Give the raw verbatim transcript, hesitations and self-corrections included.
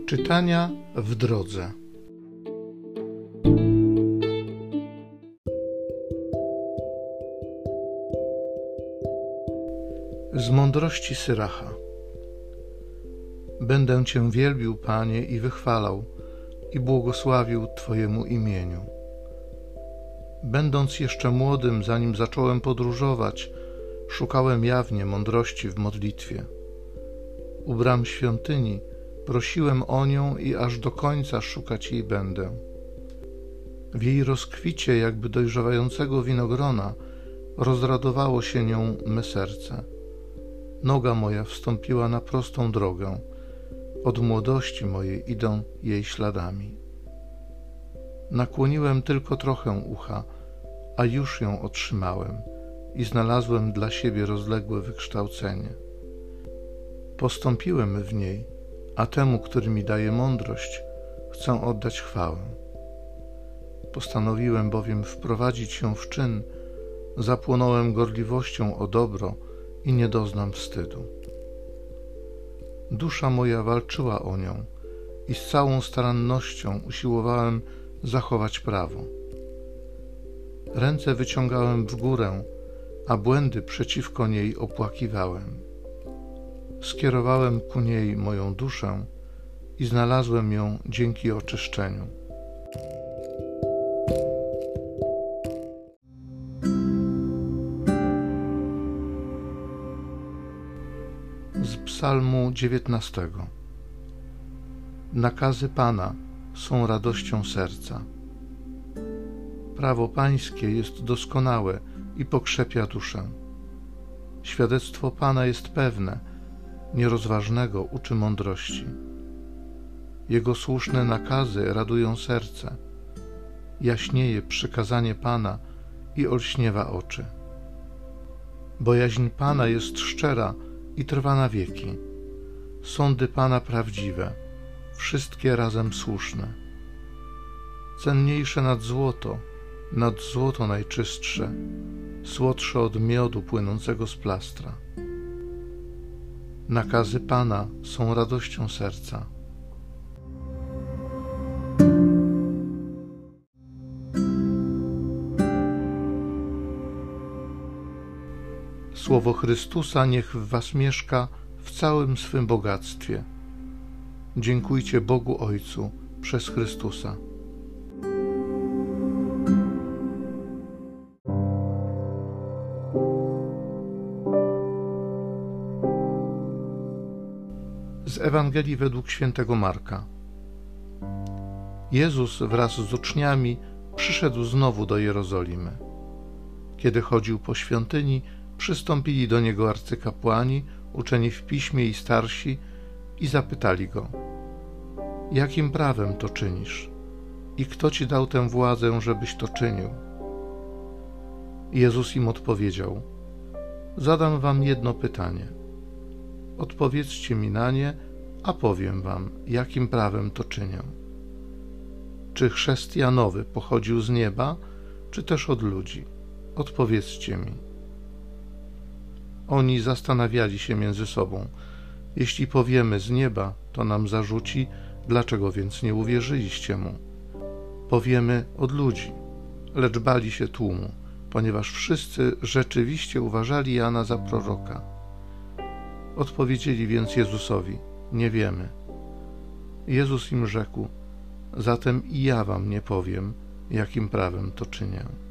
Czytania w drodze. Z mądrości Syracha. Będę Cię wielbił, Panie, i wychwalał, i błogosławił Twojemu imieniu. Będąc jeszcze młodym, zanim zacząłem podróżować, szukałem jawnie mądrości w modlitwie. U bram świątyni prosiłem o nią i aż do końca szukać jej będę. W jej rozkwicie, jakby dojrzewającego winogrona, rozradowało się nią me serce. Noga moja wstąpiła na prostą drogę, od młodości mojej idą jej śladami. Nakłoniłem tylko trochę ucha, a już ją otrzymałem i znalazłem dla siebie rozległe wykształcenie. Postąpiłem w niej, a temu, który mi daje mądrość, chcę oddać chwałę. Postanowiłem bowiem wprowadzić się w czyn, zapłonąłem gorliwością o dobro i nie doznam wstydu. Dusza moja walczyła o nią i z całą starannością usiłowałem zachować prawo. Ręce wyciągałem w górę, a błędy przeciwko niej opłakiwałem. Skierowałem ku niej moją duszę i znalazłem ją dzięki oczyszczeniu. Z Psalmu dziewiętnastego. Nakazy Pana są radością serca. Prawo Pańskie jest doskonałe i pokrzepia duszę. Świadectwo Pana jest pewne, nierozważnego uczy mądrości. Jego słuszne nakazy radują serce. Jaśnieje przykazanie Pana i olśniewa oczy. Bojaźń Pana jest szczera i trwa na wieki. Sądy Pana prawdziwe, wszystkie razem słuszne. Cenniejsze nad złoto, nad złoto najczystsze, słodsze od miodu płynącego z plastra. Nakazy Pana są radością serca. Słowo Chrystusa niech w was mieszka w całym swym bogactwie. Dziękujcie Bogu Ojcu przez Chrystusa. Z Ewangelii według świętego Marka. Jezus wraz z uczniami przyszedł znowu do Jerozolimy. Kiedy chodził po świątyni, przystąpili do niego arcykapłani, uczeni w piśmie i starsi i zapytali go: jakim prawem to czynisz? I kto ci dał tę władzę, żebyś to czynił? Jezus im odpowiedział: zadam wam jedno pytanie. Odpowiedzcie mi na nie, a powiem wam, jakim prawem to czynię. Czy chrzest Janowy pochodził z nieba, czy też od ludzi? Odpowiedzcie mi. Oni zastanawiali się między sobą. Jeśli powiemy z nieba, to nam zarzuci, dlaczego więc nie uwierzyliście mu? Powiemy od ludzi, lecz bali się tłumu, ponieważ wszyscy rzeczywiście uważali Jana za proroka. Odpowiedzieli więc Jezusowi: nie wiemy. Jezus im rzekł: zatem i ja wam nie powiem, jakim prawem to czynię.